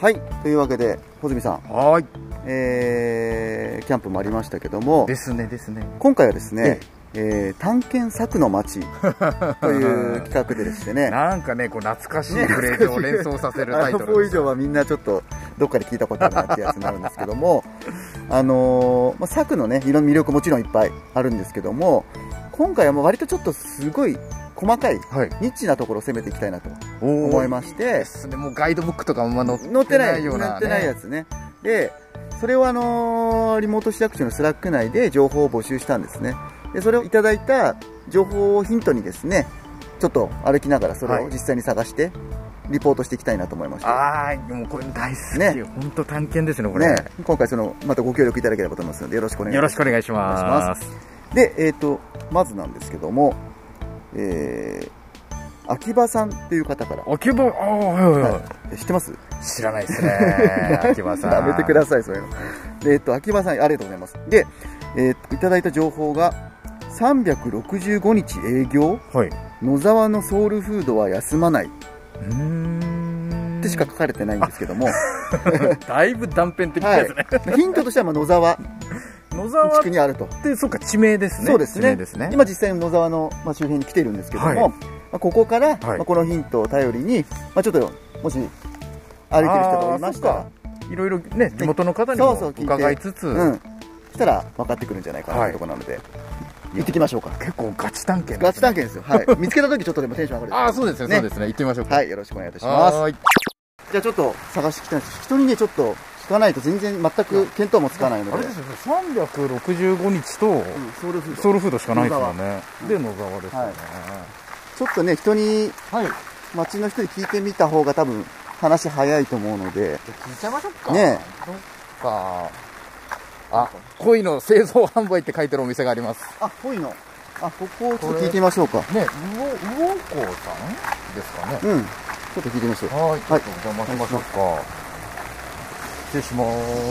はい、というわけで穂積さん、 はい、 キャンプもありましたけどもですねですね。 今回はですね、探検作の街という企画でですねなんかね、こう懐かしいフレーズを連想させるタイトルです。 以上はみんなちょっとどっかで聞いたことあるなってやつになるんですけども作のねいろんな魅力もちろんいっぱいあるんですけども、今回はもう割とちょっとすごい細かいニッチなところを攻めていきたいなと思いまして、 もうガイドブックとかも載ってないような、 載ってないやつね。でそれをリモート市役所のスラック内で情報を募集したんですね。でそれをいただいた情報をヒントにですね、ちょっと歩きながらそれを実際に探してリポートしていきたいなと思いました。 ああ、もうこれ大好きね。本当探検ですねこれね。今回またご協力いただければと思いますのでよろしくお願いします。でまずなんですけども、秋葉さんっていう方から。 秋葉、はい、 知ってます？ 知らないですね。秋葉さん。 やめてくださいそういうの。で秋葉さんありがとうございます。でいただいた情報が365日営業、はい、野沢のソウルフードは休まないってしか書かれてないんですけどもだいぶ断片的ですね、 はい、ヒントとしては野沢地区にあると。 で、そうか、地名ですね。 そうですね。今実際に野沢の周辺に来てるんですけども、はい、ここから、このヒントを頼りに、ちょっともし歩いてる人がいましたら、 いろいろね、地元の方にも伺いつつ、 したら分かってくるんじゃないかなというところなので、行ってきましょうか。 結構ガチ探検。 ガチ探検ですよ。はい。見つけた時ちょっとでもテンション上がる。 ああ、そうですね。そうですね。行ってみましょうか。 はい、よろしくお願いいたします。じゃあちょっと探してきたんです。人にねちょっと聞かないと全然全く見当もつかないので。 あれですよ、365日とソウルフードしかないですよね。で野沢ですよね。 ちょっとね人に町の人に聞いてみた方が多分話早いと思うので。 聞いちゃいましょうか。 ね。 どっか。あ、鯉の製造販売って書いてるお店があります。 あ、鯉の。あ、ここをちょっと聞いてみましょうか。 ね、魚港さんですかね。 うん。ちょっと聞いてみましょう。 はい。お邪魔しましょうか。失礼します。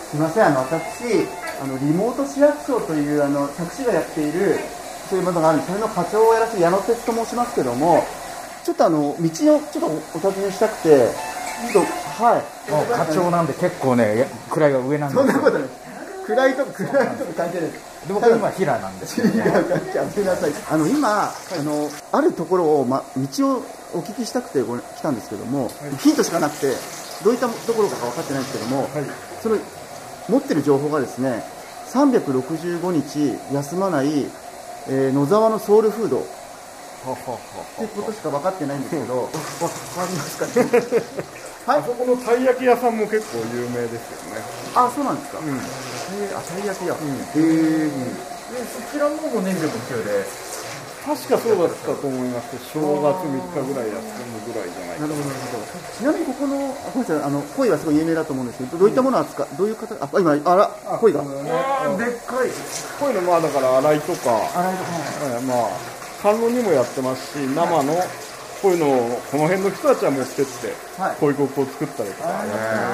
すみません、私リモート市役所という佐久市がやっているそういうものがあるんです。それの課長をやらせて矢野哲と申しますけども、ちょっと道をちょっとお尋ねしたくて、ちょっとはい。 課長なんで結構ね位が上なんですよ。 そんなことない。位と関係ないです。 で僕は今平なんですよ、ね。 今あるところを道をお聞きしたくて来たんですけども、ヒントしかなくてどういったところか分かってないんですけども、その持ってる情報がですね、365日休まない野沢のソウルフードっていうことしか分かってないんですけど、分かりますかね。 あそこのたい焼き屋さんも結構有名ですよね。 あ、そうなんですか。たい焼き屋。 そちらも年中無休で。 確かそうだったと思います。正月3日ぐらい休むぐらいじゃないかな。 なるほどなるほど。ちなみにここのごめんなさい、鯉はすごい有名だと思うんですけど、どういったものを扱う、どういう方、今鯉が。 でっかい。鯉のだから洗いとか、甘露にもやってますし、生のこういうのをこの辺の人たちは持ってって鯉コップを作ったりとか。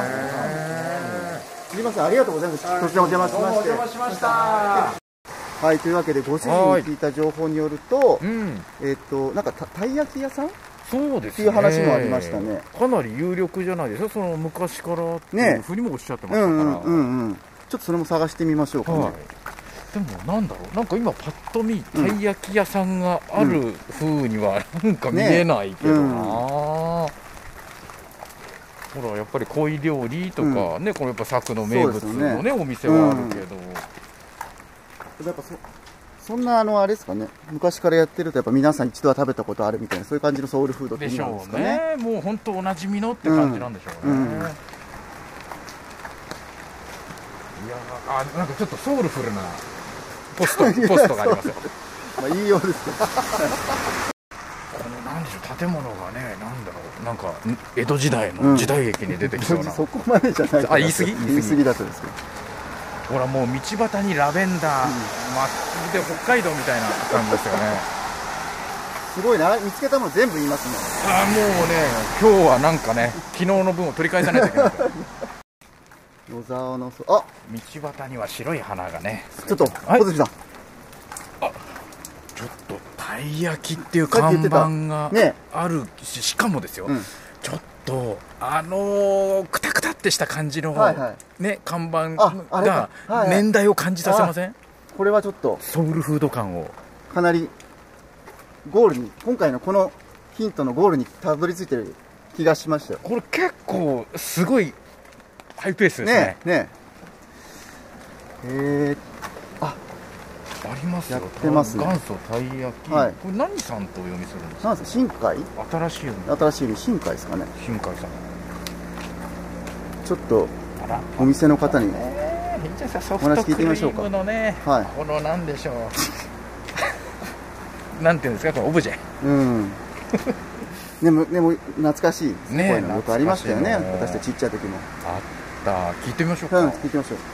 すみません、ありがとうございます。そちらお邪魔しまして。 お邪魔しました。 はい、というわけでご主人に聞いた情報によると、なんかたい焼き屋さんそうですねっていう話もありましたね。 かなり有力じゃないですか、その昔からっていうふうにもおっしゃってましたから。 ちょっとそれも探してみましょうかね。 でもなんだろう、なんか今パッと見たい焼き屋さんがある風にはなんか見えないけどな。ほらやっぱり鯉料理とかね、これやっぱ佐久の名物のねお店はあるけど、 やっぱそんなあれですかね、昔からやってるとやっぱ皆さん一度は食べたことあるみたいな、そういう感じのソウルフードって意味なんですかね。 もう本当おなじみのって感じなんでしょうね。いやなんかちょっとソウルフルなポストがありますよ。 いいようですけど。 なんでしょう、建物がね、なんだろう、なんか江戸時代の時代劇に出てきそうな。 そこまでじゃない。 言い過ぎだとですけど。 ほらもう道端にラベンダー、で北海道みたいな感じですよね。 すごいな、見つけたもの全部言いますね。 もうね、今日はなんかね、昨日の分を取り返さないといけない。 野沢の道端には白い花がね。 ちょっと小月さん。 ちょっとたい焼きっていう看板があるしかもですよ。ちょっくたくたってした感じの、ね、看板が年代を感じさせません？ これはちょっとソウルフード感をかなりゴールに、今回のこのヒントのゴールにたどり着いてる気がしましたよ。 これ結構すごいハイペースですね。 ねありますよ。 やってますね。 元祖たい焼き、これ何さんとお読みするんですか？ なんですか、新海？ 新しい読み。 新海ですかね。 新海さん。 ちょっとお店の方にお話聞いてみましょうか。ソフトクリームのね、このなんでしょう。なんていうんですか、このオブジェ。 でも懐かしい、こういうのよくありましたよね。私たちちっちゃい時も。 あった。聞いてみましょうか。 聞いてみましょう。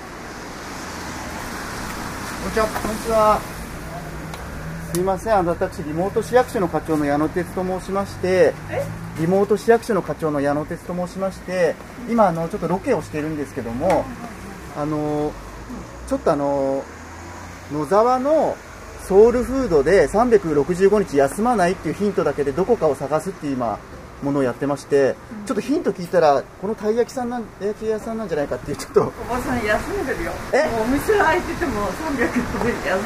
こんにちは。こんにちは。すいません、私リモート市役所の課長の矢野哲と申しまして、今ちょっとロケをしているんですけども、ちょっと野沢のソウルフードで365日休まないっていうヒントだけでどこかを探すっていう今ものをやってまして、ちょっとヒント聞いたらこのたい焼き屋さんなんじゃないかっていう、ちょっとおばさん休んでるよ。お店開いてても300円で休んでるよ。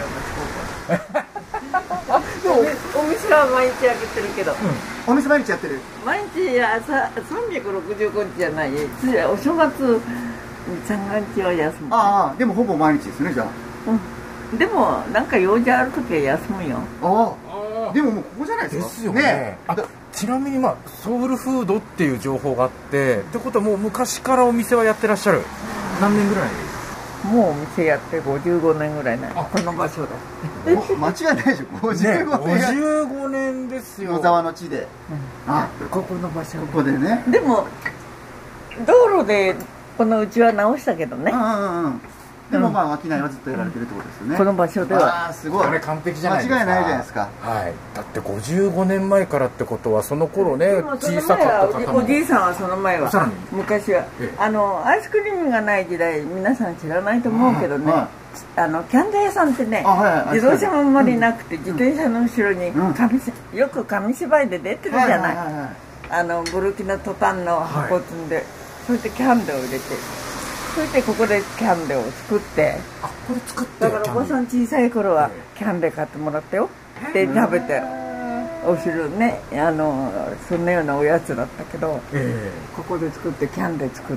お店は毎日開けてるけど、 お店毎日やってる。 毎日朝365日じゃない、お正月三が日は休む。 でもほぼ毎日ですね、じゃあ。 でもなんか用事あるときは休むよ。 でももうここじゃないですか。 ですよね。ちなみにソウルフードっていう情報があって、ってことはもう昔からお店はやってらっしゃる。何年ぐらい？ もうお店やって55年ぐらいなの。この場所で。 間違いないでしょ。55 年ですよ。 野沢の地で。 ここの場所。 ここでね。 でも道路でこのうちは直したけどね。 でも商いはずっとやられてるってことですよね。 この場所では。 すごい。 これ完璧じゃないですか。 間違いないじゃないですか。 だって55年前からってことはその頃ね、小さかった方も。 おじいさんはその前は。昔はアイスクリームがない時代、皆さん知らないと思うけどね。キャンデー屋さんってね、自動車もあんまりなくて、自転車の後ろによく紙芝居で出てるじゃない。ブルキナトタンの箱積んで、それでキャンデーを入れて。それでここでキャンデーを作って、 これ作ってだからおばさん小さい頃はキャンデー買ってもらったよ。で食べてお汁ね、そんなようなおやつだったけど、ここで作ってキャンデー作って、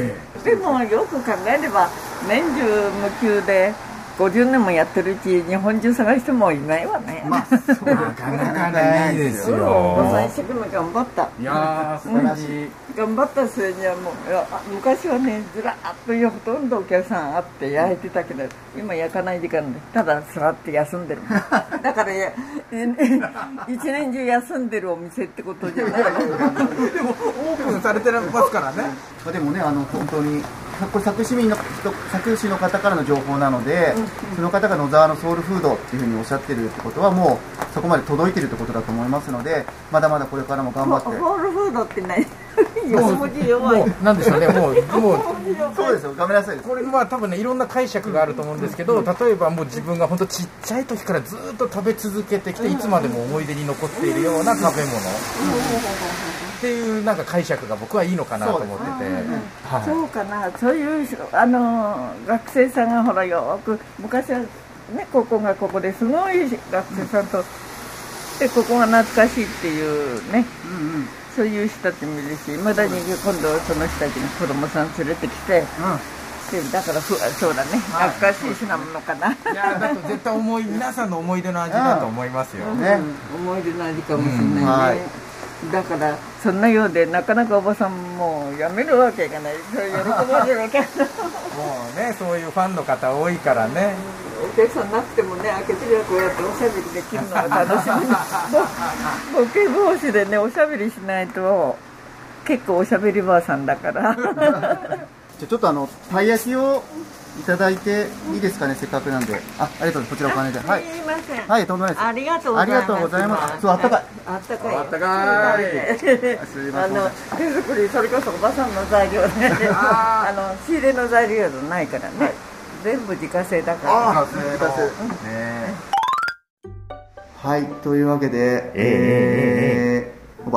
でもよく考えれば年中無休で50年もやってるうち日本中探してもいないわね。 なかなかないですよ。 おばさん一生懸命頑張った。 いや素晴らしい。 頑張った末にはもう昔はね、ずらっとほとんどお客さんあって焼いてたけど、今焼かない時間でただ座って休んでる。だから一年中休んでるお店ってことじゃない。でもオープンされてますからね。 でもね、本当にこれ佐久市の方からの情報なので、その方が野沢のソウルフードっていうふうにおっしゃってるってことは、もうそこまで届いてるってことだと思いますので、まだまだこれからも頑張って。 ソウルフードって何？文字弱い。 なんでしょうね、もうそうですよ、ごめんなさい。 これ多分ね、いろんな解釈があると思うんですけど、例えばもう自分が本当ちっちゃい時からずっと食べ続けてきて、いつまでも思い出に残っているような食べ物っていうなんか解釈が僕はいいのかなと思ってて。 そうかな、そういう学生さんがほらよく昔はね、ここがここですごい学生さんと、でここが懐かしいっていうね。そういう人たちもいるし、いまだに今度その人たちに子供さん連れてきて、だからそうだね、懐かしい品物かな。 いやだと絶対皆さんの思い出の味だと思いますよね。 思い出の味かもしれないね。だからそんなようでなかなかおばさんもやめるわけがない。それ喜ばれるわけ。もうね、そういうファンの方多いからね。 お客さんなくてもね、開けてりゃこうやっておしゃべりできるのは楽しみ。ボケ防止でね、おしゃべりしないと結構おしゃべりばあさんだから。 じゃあちょっとたい焼きをいただいていいですかね、せっかくなんで。ありがとうございます。こちらお金で。はい。 すいません。 はい、とんでもないです。 ありがとうございます。 ありがとうございます。そう、あったかい。 あったかい。 あったかい。 すいません。 手作り、それこそおばさんの材料で、仕入れの材料じゃないからね。全部自家製だから。 自家製。はい、というわけで、おばあちゃんに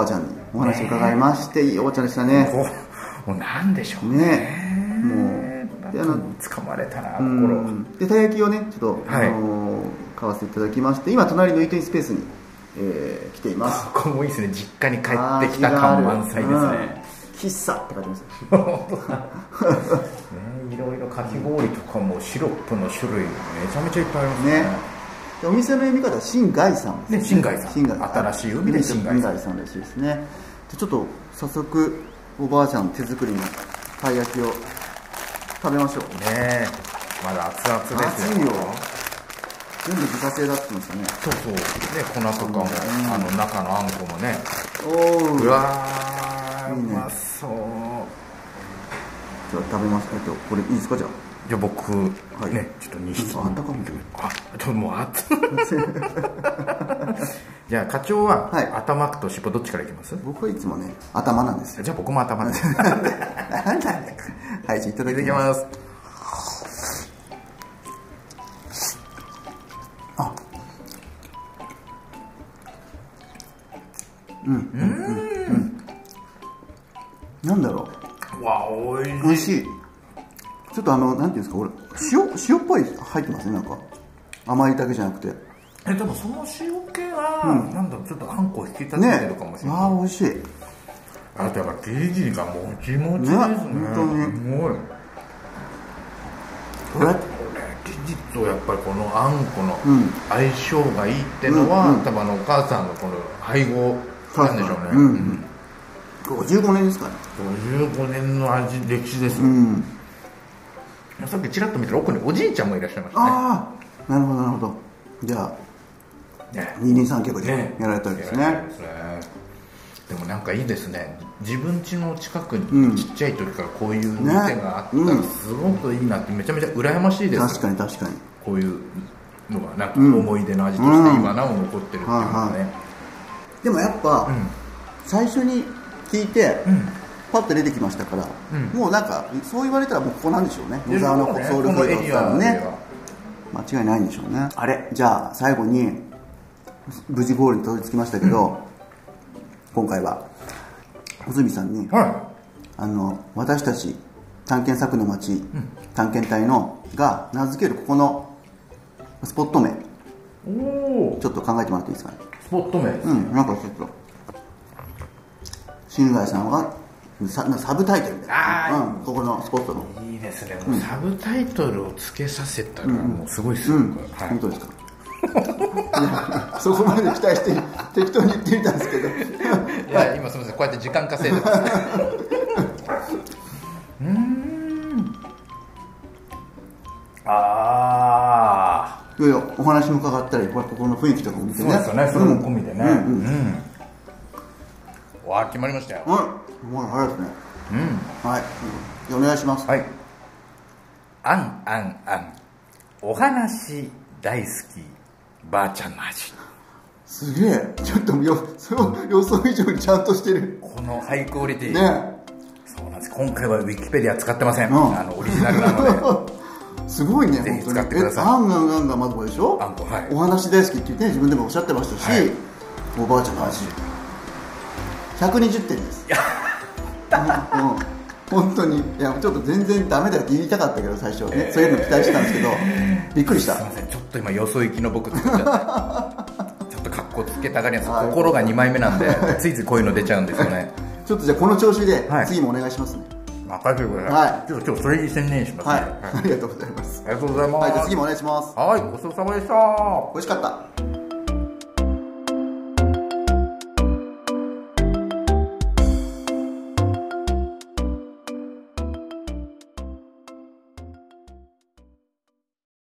お話伺いまして、いいお茶でしたね。 もうなんでしょうね。 もう掴まれたな心で、たい焼きをねちょっと買わせていただきまして、今隣のイートインスペースに来ています。 ここもいいですね。実家に帰ってきた感満載ですね。 喫茶って書いてます。 いろいろかき氷とかもシロップの種類めちゃめちゃいっぱいありますね。 お店の読み方は新海さんですね。 新海さん。新しい海で新海さんらしいですね。ちょっと早速おばあちゃん手作りのたい焼きを食べましょうね。まだ熱々ですよ。 熱いよ。全部自家製だって言ってましたね。 そうそう。ね、粉とかも中のあんこもね。うわー、うまそう。 じゃあ食べます。これいいですか、じゃあ。 じゃあ僕ね、ちょっと2匹。 あったかも。 ちょっともう熱い。じゃあ課長は頭と尻尾どっちからいきます？ 僕はいつもね頭なんですよ。 じゃあ僕も頭です。 なんだ。はい、じゃあいただきます。あ、なんだろう。わ、おいしい。 おいしい。ちょっとなんていうんですか、これ塩っぽい入ってますね、なんか甘いだけじゃなくて。 でもその塩気は、なんだろう、ちょっとあんこ引き立ててるかもしれない。 ああ、美味しい。 あとやっぱ生地がもちもちですね。 本当に。 すごい。これ生地とやっぱりこのあんこの相性がいいってのは、多分お母さんのこの配合なんでしょうね。 55年ですかね。 55年の歴史です。さっきちらっと見たら奥におじいちゃんもいらっしゃいましたね。 ああ、なるほどなるほど。じゃあ二人三脚でやられたんですね。 でもなんかいいですね。自分家の近くにちっちゃい時からこういう店があったらすごくいいなって、めちゃめちゃ羨ましいです。 確かに確かに。 こういうのがなんか思い出の味として今なお残ってるっていうのがね。 でもやっぱ最初に聞いてパッと出てきましたから、もうなんかそう言われたらもうここなんでしょうね。野沢のソウルフードってのね、間違いないんでしょうね。あれ、じゃあ最後に無事ゴールにたどり着きましたけど、今回は穂積さんに、私たち探検作の町、探検隊のが名付けるここのスポット名、ちょっと考えてもらっていいですかね。 スポット名、 なんかちょっと新海さんはサブタイトルで、ここのスポットのいいですね。もうサブタイトルをつけさせたらもうすごいですよ。 本当ですか。そこまで期待して適当に言ってみたんですけど、 いや今すみません、こうやって時間稼いでます。 いやお話も伺ったり、ここの雰囲気とかも見てね。 そうですよね、それも込みでね。わあ、決まりましたよ。 もう早いですね。はい、お願いします。 はい。あんあんあん、お話大好きばあちゃんの味。 すげえ、ちょっと予想以上にちゃんとしてる。 このハイクオリティね。そうなんです。今回はウィキペディア使ってません。オリジナルなので。 すごいね。 ぜひ使ってください。 あんあんあんがまずこれでしょ。 あんこ、はい。 お話大好きって言って自分でもおっしゃってましたし、おばあちゃんの味。120点です。本当に。いや、ちょっと全然ダメだよって言いたかったけど最初ね、そういうの期待してたんですけど、びっくりした。 すいません、ちょっと今よそ行きの僕作っちゃってちょっとカッコつけたがりなんです。心が2枚目なんでついついこういうの出ちゃうんですよね。 ちょっとじゃあこの調子で次もお願いしますね。 任せてください。今日それに専念しますね。 ありがとうございます。 ありがとうございます。 はい、じゃあ次もお願いします。 はい、ごちそうさまでした。 美味しかった。